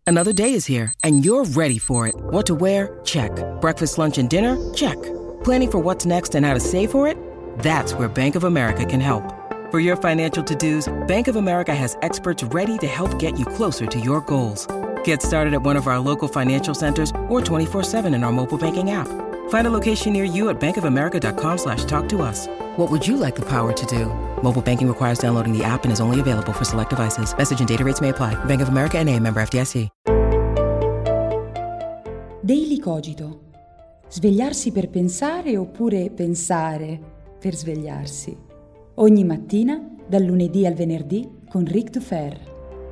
Another day is here, and you're ready for it. What to wear? Check. Breakfast, lunch, and dinner? Check. Planning for what's next and how to save for it? That's where Bank of America can help. For your financial to-dos, Bank of America has experts ready to help get you closer to your goals. Get started at one of our local financial centers or 24/7 in our mobile banking app. Find a location near you at bankofamerica.com/talktous. What would you like the power to do? Mobile banking requires downloading the app and is only available for select devices. Message and data rates may apply. Bank of America N.A., member FDIC. Daily Cogito. Svegliarsi per pensare oppure pensare per svegliarsi. Ogni mattina, dal lunedì al venerdì, con Ric Dufer.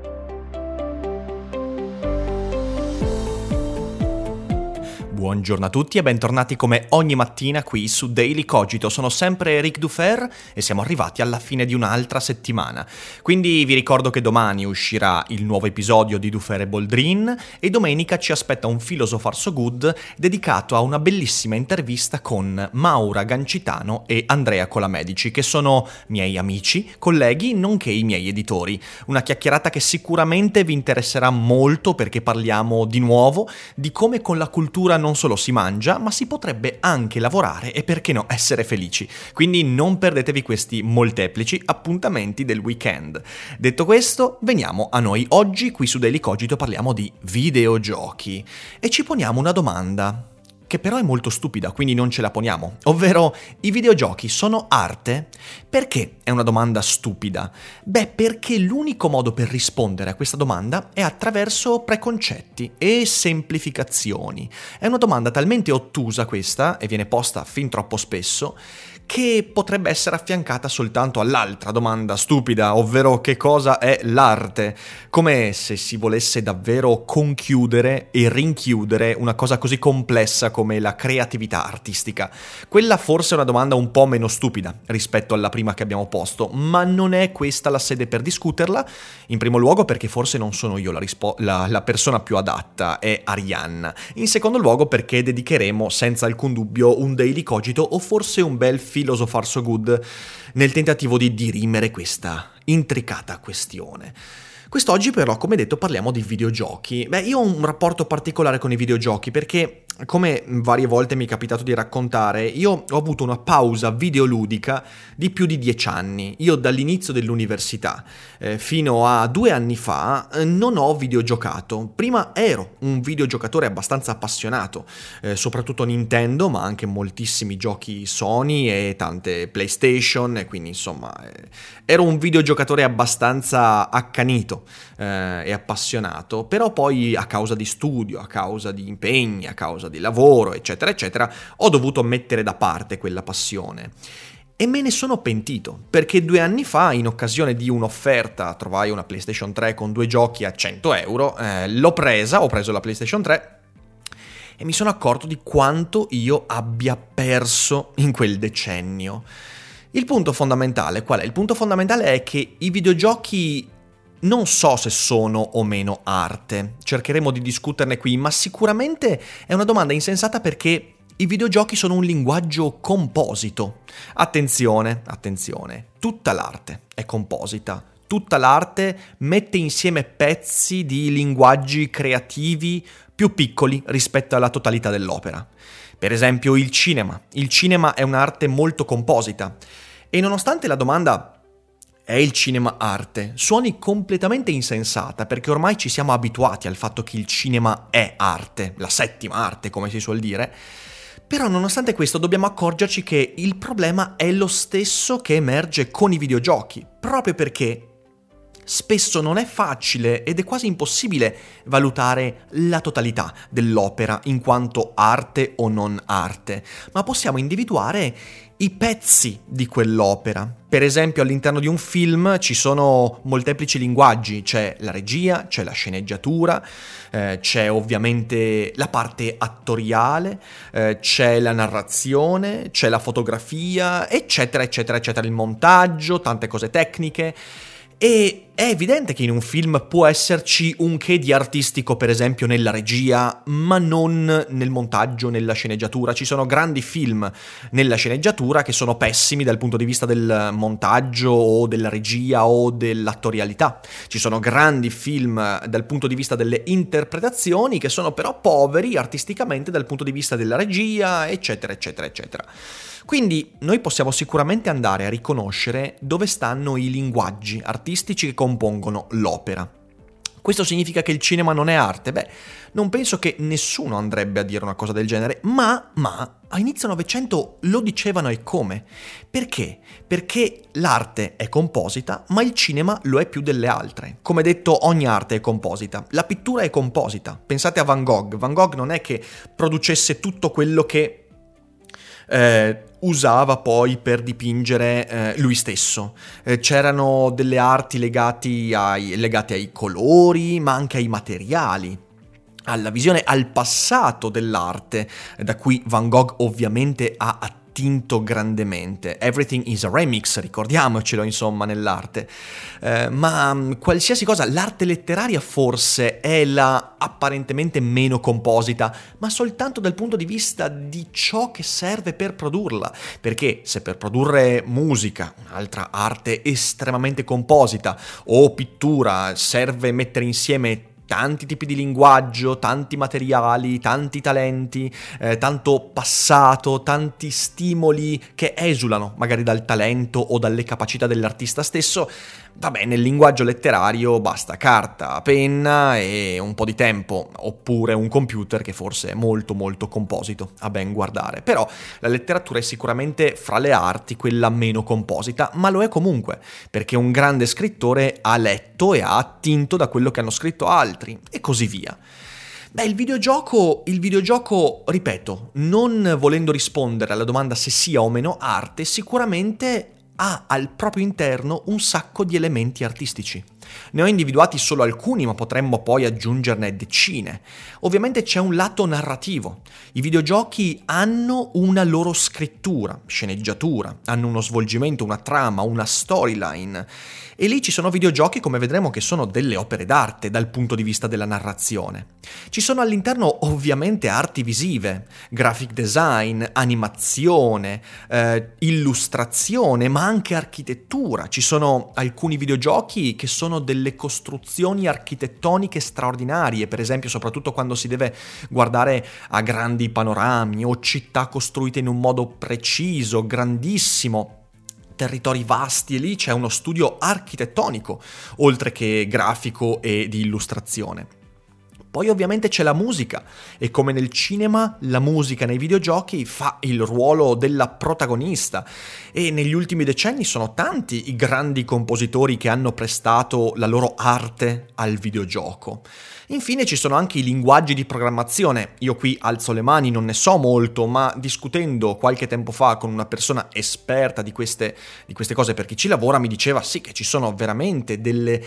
Buongiorno a tutti e bentornati come ogni mattina qui su Daily Cogito. Sono sempre Ric Dufer e siamo arrivati alla fine di un'altra settimana. Quindi vi ricordo che domani uscirà il nuovo episodio di Dufer e Boldrin e domenica ci aspetta un Philosopher So Good dedicato a una bellissima intervista con Maura Gancitano e Andrea Colamedici, che sono miei amici, colleghi, nonché i miei editori. Una chiacchierata che sicuramente vi interesserà molto perché parliamo di nuovo di come con la cultura non solo si mangia, ma si potrebbe anche lavorare e perché no essere felici. Quindi non perdetevi questi molteplici appuntamenti del weekend. Detto questo, veniamo a noi. Oggi qui su Daily Cogito parliamo di videogiochi e ci poniamo una domanda che però è molto stupida, quindi non ce la poniamo, ovvero: i videogiochi sono arte? Perché è una domanda stupida? Beh, perché l'unico modo per rispondere a questa domanda è attraverso preconcetti e semplificazioni. È una domanda talmente ottusa questa, e viene posta fin troppo spesso, che potrebbe essere affiancata soltanto all'altra domanda stupida, ovvero che cosa è l'arte? Come se si volesse davvero conchiudere e rinchiudere una cosa così complessa come la creatività artistica. Quella forse è una domanda un po' meno stupida rispetto alla prima che abbiamo posto, ma non è questa la sede per discuterla. In primo luogo perché forse non sono io la persona più adatta, è Arianna. In secondo luogo perché dedicheremo senza alcun dubbio un Daily Cogito o forse un bel Philosopher So Good nel tentativo di dirimere questa intricata questione. Quest'oggi però, come detto, parliamo di videogiochi. Beh, io ho un rapporto particolare con i videogiochi perché, come varie volte mi è capitato di raccontare, io ho avuto una pausa videoludica di più di 10 anni. Io dall'inizio dell'università fino a 2 anni fa non ho videogiocato. Prima ero un videogiocatore abbastanza appassionato, soprattutto Nintendo, ma anche moltissimi giochi Sony e tante PlayStation, e quindi insomma ero un videogiocatore abbastanza accanito e appassionato, però poi a causa di studio, a causa di impegni, a causa di lavoro, eccetera eccetera, ho dovuto mettere da parte quella passione. E me ne sono pentito, perché 2 anni fa, in occasione di un'offerta, trovai una PlayStation 3 con 2 giochi a 100 euro, ho preso la PlayStation 3 e mi sono accorto di quanto io abbia perso in quel decennio. Il punto fondamentale qual è? Il punto fondamentale è che i videogiochi non so se sono o meno arte, cercheremo di discuterne qui, ma sicuramente è una domanda insensata perché i videogiochi sono un linguaggio composito. Attenzione, tutta l'arte è composita, tutta l'arte mette insieme pezzi di linguaggi creativi più piccoli rispetto alla totalità dell'opera. Per esempio il cinema. Il cinema è un'arte molto composita e nonostante la domanda «È il cinema arte?» suoni completamente insensata, perché ormai ci siamo abituati al fatto che il cinema è arte, la settima arte, come si suol dire. Però nonostante questo dobbiamo accorgerci che il problema è lo stesso che emerge con i videogiochi, proprio perché spesso non è facile ed è quasi impossibile valutare la totalità dell'opera in quanto arte o non arte, ma possiamo individuare i pezzi di quell'opera. Per esempio, all'interno di un film ci sono molteplici linguaggi, c'è la regia, c'è la sceneggiatura, c'è ovviamente la parte attoriale, c'è la narrazione, c'è la fotografia, eccetera, eccetera, eccetera, il montaggio, tante cose tecniche. E è evidente che in un film può esserci un che di artistico, per esempio nella regia, ma non nel montaggio, nella sceneggiatura. Ci sono grandi film nella sceneggiatura che sono pessimi dal punto di vista del montaggio o della regia o dell'attorialità. Ci sono grandi film dal punto di vista delle interpretazioni che sono però poveri artisticamente dal punto di vista della regia, eccetera, eccetera, eccetera. Quindi noi possiamo sicuramente andare a riconoscere dove stanno i linguaggi artistici che compongono l'opera. Questo significa che il cinema non è arte? Beh, non penso che nessuno andrebbe a dire una cosa del genere, ma a inizio Novecento lo dicevano, e come? Perché? Perché l'arte è composita, ma il cinema lo è più delle altre. Come detto, ogni arte è composita. La pittura è composita. Pensate a Van Gogh. Van Gogh non è che producesse tutto quello che usava poi per dipingere lui stesso. C'erano delle arti legate ai colori, ma anche ai materiali, alla visione, al passato dell'arte, da cui Van Gogh ovviamente ha attinto grandemente. Everything is a remix, ricordiamocelo insomma nell'arte. Ma qualsiasi cosa, l'arte letteraria forse è la apparentemente meno composita, ma soltanto dal punto di vista di ciò che serve per produrla. Perché se per produrre musica, un'altra arte estremamente composita, o pittura, serve mettere insieme tanti tipi di linguaggio, tanti materiali, tanti talenti, tanto passato, tanti stimoli che esulano magari dal talento o dalle capacità dell'artista stesso, vabbè, nel linguaggio letterario basta carta, penna e un po' di tempo, oppure un computer che forse è molto molto composito, a ben guardare. Però la letteratura è sicuramente fra le arti quella meno composita, ma lo è comunque, perché un grande scrittore ha letto e ha attinto da quello che hanno scritto altri, e così via. Beh, il videogioco, ripeto, non volendo rispondere alla domanda se sia o meno arte, sicuramente ha al proprio interno un sacco di elementi artistici. Ne ho individuati solo alcuni, ma potremmo poi aggiungerne decine. Ovviamente c'è un lato narrativo. I videogiochi hanno una loro scrittura, sceneggiatura, hanno uno svolgimento, una trama, una storyline. E lì ci sono videogiochi, come vedremo, che sono delle opere d'arte dal punto di vista della narrazione. Ci sono all'interno ovviamente arti visive, graphic design, animazione, illustrazione, ma anche architettura. Ci sono alcuni videogiochi che sono delle costruzioni architettoniche straordinarie, per esempio soprattutto quando si deve guardare a grandi panorami o città costruite in un modo preciso, grandissimo, territori vasti, e lì c'è uno studio architettonico, oltre che grafico e di illustrazione. Poi ovviamente c'è la musica, e come nel cinema, la musica nei videogiochi fa il ruolo della protagonista, e negli ultimi decenni sono tanti i grandi compositori che hanno prestato la loro arte al videogioco. Infine ci sono anche i linguaggi di programmazione. Io qui alzo le mani, non ne so molto, ma discutendo qualche tempo fa con una persona esperta di queste cose, per chi ci lavora, mi diceva sì che ci sono veramente delle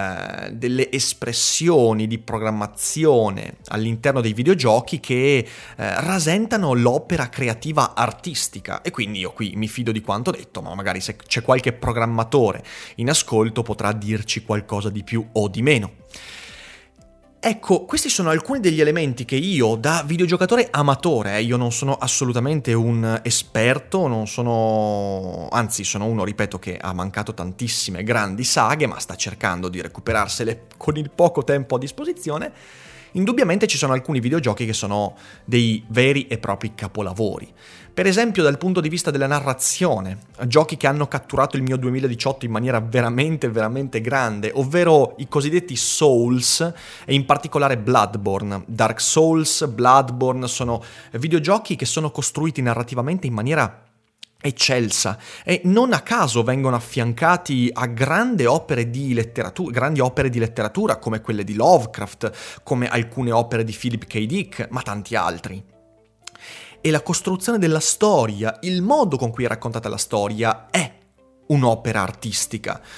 espressioni di programmazione all'interno dei videogiochi che rasentano l'opera creativa artistica, e quindi io qui mi fido di quanto detto, ma magari se c'è qualche programmatore in ascolto potrà dirci qualcosa di più o di meno. Ecco, questi sono alcuni degli elementi che io, da videogiocatore amatore, io non sono assolutamente un esperto, anzi sono uno, ripeto, che ha mancato tantissime grandi saghe, ma sta cercando di recuperarsele con il poco tempo a disposizione. Indubbiamente ci sono alcuni videogiochi che sono dei veri e propri capolavori. Per esempio dal punto di vista della narrazione, giochi che hanno catturato il mio 2018 in maniera veramente, veramente grande, ovvero i cosiddetti Souls, e in particolare Bloodborne. Dark Souls, Bloodborne sono videogiochi che sono costruiti narrativamente in maniera eccelsa, e non a caso vengono affiancati a grandi opere di letteratura come quelle di Lovecraft, come alcune opere di Philip K. Dick, ma tanti altri. E la costruzione della storia, il modo con cui è raccontata la storia, è un'opera artistica.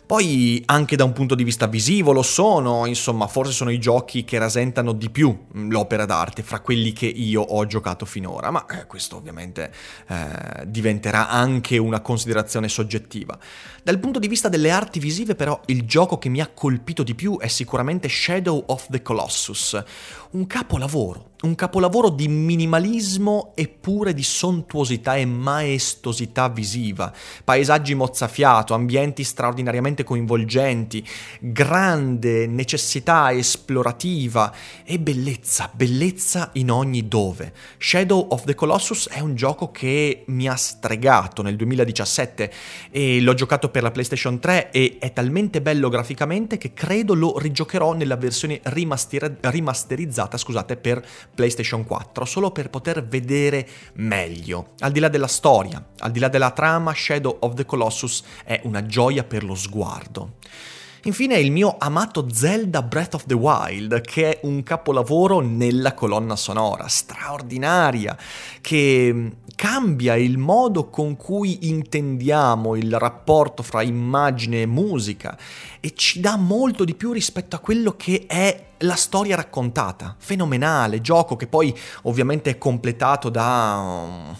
Poi anche da un punto di vista visivo lo sono, insomma, forse sono i giochi che rasentano di più l'opera d'arte fra quelli che io ho giocato finora, ma questo ovviamente diventerà anche una considerazione soggettiva. Dal punto di vista delle arti visive però il gioco che mi ha colpito di più è sicuramente Shadow of the Colossus, un capolavoro di minimalismo eppure di sontuosità e maestosità visiva, paesaggi mozzafiato, ambienti straordinariamente coinvolgenti, grande necessità esplorativa e bellezza in ogni dove. Shadow of the Colossus è un gioco che mi ha stregato nel 2017 e l'ho giocato per la PlayStation 3 e è talmente bello graficamente che credo lo rigiocherò nella versione rimasterizzata, per PlayStation 4, solo per poter vedere meglio. Al di là della storia, al di là della trama, Shadow of the Colossus è una gioia per lo sguardo. Infine il mio amato Zelda Breath of the Wild, che è un capolavoro nella colonna sonora, straordinaria, che cambia il modo con cui intendiamo il rapporto fra immagine e musica e ci dà molto di più rispetto a quello che è la storia raccontata. Fenomenale, gioco che poi ovviamente è completato da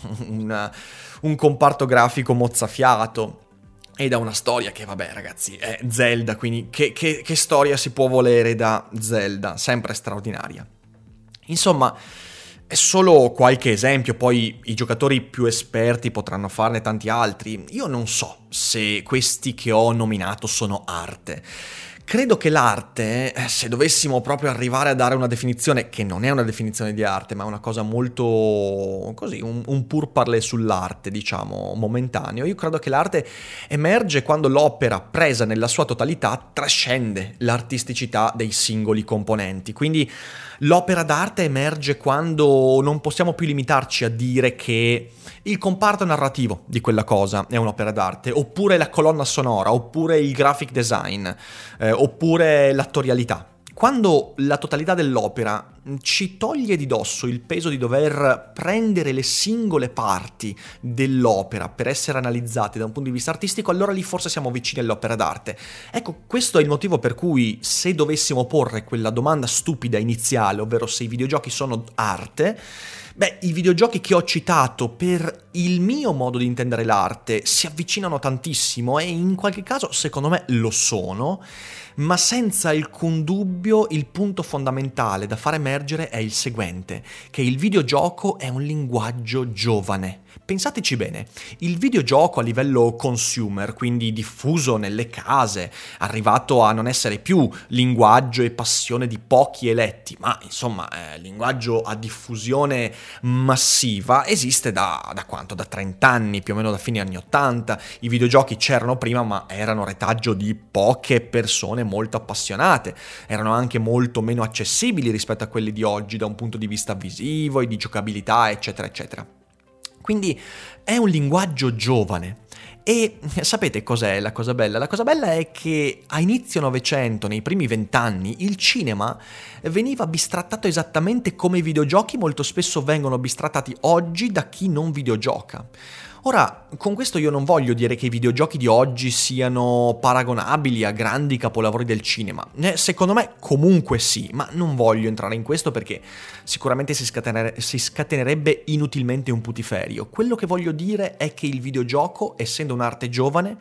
un comparto grafico mozzafiato e da una storia che, vabbè ragazzi, è Zelda, quindi che storia si può volere da Zelda, sempre straordinaria. Insomma, è solo qualche esempio, poi i giocatori più esperti potranno farne tanti altri. Io non so se questi che ho nominato sono arte. Credo che l'arte, se dovessimo proprio arrivare a dare una definizione, che non è una definizione di arte, ma è una cosa molto così, un pourparlers sull'arte, diciamo, momentaneo, io credo che l'arte emerge quando l'opera, presa nella sua totalità, trascende l'artisticità dei singoli componenti. Quindi l'opera d'arte emerge quando non possiamo più limitarci a dire che il comparto narrativo di quella cosa è un'opera d'arte, oppure la colonna sonora, oppure il graphic design, oppure l'attorialità. Quando la totalità dell'opera ci toglie di dosso il peso di dover prendere le singole parti dell'opera per essere analizzate da un punto di vista artistico, allora lì forse siamo vicini all'opera d'arte. Ecco, questo è il motivo per cui, se dovessimo porre quella domanda stupida iniziale, ovvero se i videogiochi sono arte, i videogiochi che ho citato per il mio modo di intendere l'arte si avvicinano tantissimo e in qualche caso secondo me lo sono, ma senza alcun dubbio il punto fondamentale da far emergere è il seguente, che il videogioco è un linguaggio giovane. Pensateci bene, il videogioco a livello consumer, quindi diffuso nelle case, arrivato a non essere più linguaggio e passione di pochi eletti, ma insomma linguaggio a diffusione massiva, esiste da quanto? Da 30 anni, più o meno da fine anni 80. I videogiochi c'erano prima, ma erano retaggio di poche persone molto appassionate, erano anche molto meno accessibili rispetto a quelli di oggi da un punto di vista visivo e di giocabilità, eccetera, eccetera. Quindi è un linguaggio giovane. E sapete cos'è la cosa bella? La cosa bella è che a inizio Novecento, nei primi 20 anni, il cinema veniva bistrattato esattamente come i videogiochi molto spesso vengono bistrattati oggi da chi non videogioca. Ora, con questo io non voglio dire che i videogiochi di oggi siano paragonabili a grandi capolavori del cinema. Secondo me comunque sì, ma non voglio entrare in questo perché sicuramente si scatenerebbe inutilmente un putiferio. Quello che voglio dire è che il videogioco, essendo un'arte giovane,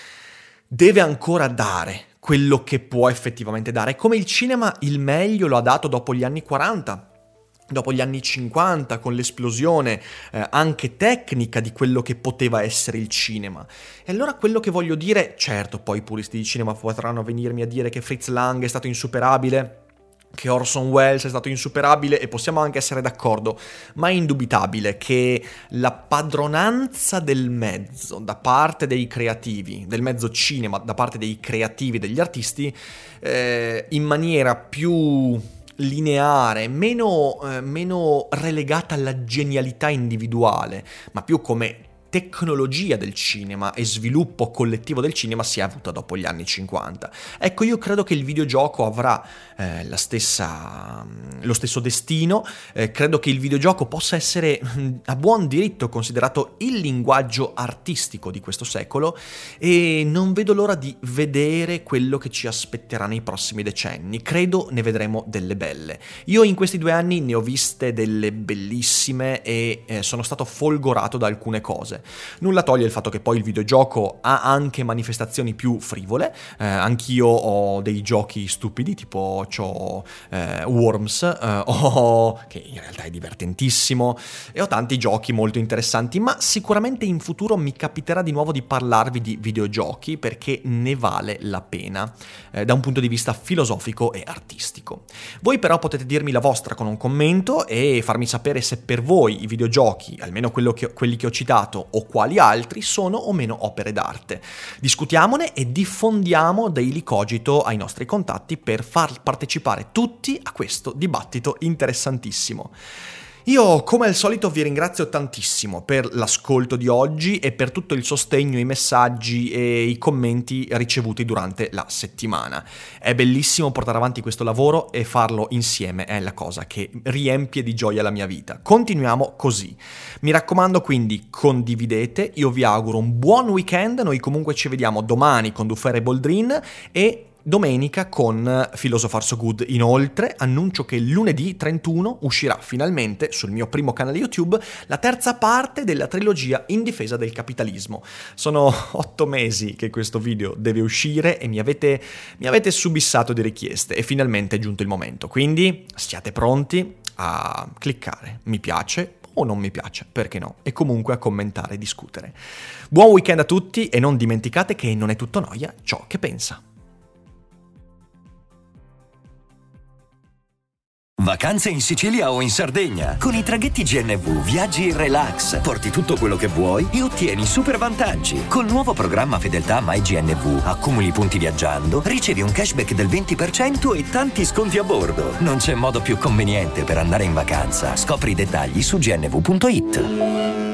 deve ancora dare quello che può effettivamente dare. Come il cinema il meglio lo ha dato dopo gli anni 40. Dopo gli anni 50, con l'esplosione anche tecnica di quello che poteva essere il cinema. E allora quello che voglio dire, certo, poi i puristi di cinema potranno venirmi a dire che Fritz Lang è stato insuperabile, che Orson Welles è stato insuperabile, e possiamo anche essere d'accordo, ma è indubitabile che la padronanza del mezzo da parte dei creativi, del mezzo cinema da parte dei creativi, degli artisti, in maniera più lineare, meno relegata alla genialità individuale, ma più come tecnologia del cinema e sviluppo collettivo del cinema si è avuta dopo gli anni 50. Ecco, io credo che il videogioco avrà la stessa lo stesso destino. Credo che il videogioco possa essere a buon diritto considerato il linguaggio artistico di questo secolo e non vedo l'ora di vedere quello che ci aspetterà nei prossimi decenni. Credo ne vedremo delle belle. Io in questi 2 anni ne ho viste delle bellissime e sono stato folgorato da alcune cose. Nulla toglie il fatto che poi il videogioco ha anche manifestazioni più frivole. Anch'io ho dei giochi stupidi, tipo c'ho Worms, che in realtà è divertentissimo, e ho tanti giochi molto interessanti, ma sicuramente in futuro mi capiterà di nuovo di parlarvi di videogiochi perché ne vale la pena da un punto di vista filosofico e artistico. Voi però potete dirmi la vostra con un commento e farmi sapere se per voi i videogiochi, almeno quelli che ho citato o quali altri, sono o meno opere d'arte. Discutiamone e diffondiamo Daily Cogito ai nostri contatti per far partecipare tutti a questo dibattito interessantissimo. Io, come al solito, vi ringrazio tantissimo per l'ascolto di oggi e per tutto il sostegno, i messaggi e i commenti ricevuti durante la settimana. È bellissimo portare avanti questo lavoro e farlo insieme è la cosa che riempie di gioia la mia vita. Continuiamo così. Mi raccomando, quindi, condividete. Io vi auguro un buon weekend. Noi comunque ci vediamo domani con Duffer e Boldrin e domenica con Philosopher So Good. Inoltre annuncio che lunedì 31 uscirà finalmente sul mio primo canale YouTube la terza parte della trilogia In difesa del capitalismo. Sono 8 mesi che questo video deve uscire e mi avete subissato di richieste e finalmente è giunto il momento. Quindi siate pronti a cliccare mi piace o non mi piace, perché no, e comunque a commentare e discutere. Buon weekend a tutti e non dimenticate che non è tutto noia ciò che pensa. Vacanze in Sicilia o in Sardegna. Con i traghetti GNV viaggi in relax, porti tutto quello che vuoi e ottieni super vantaggi. Col nuovo programma Fedeltà MyGNV accumuli punti viaggiando, ricevi un cashback del 20% e tanti sconti a bordo. Non c'è modo più conveniente per andare in vacanza. Scopri i dettagli su gnv.it.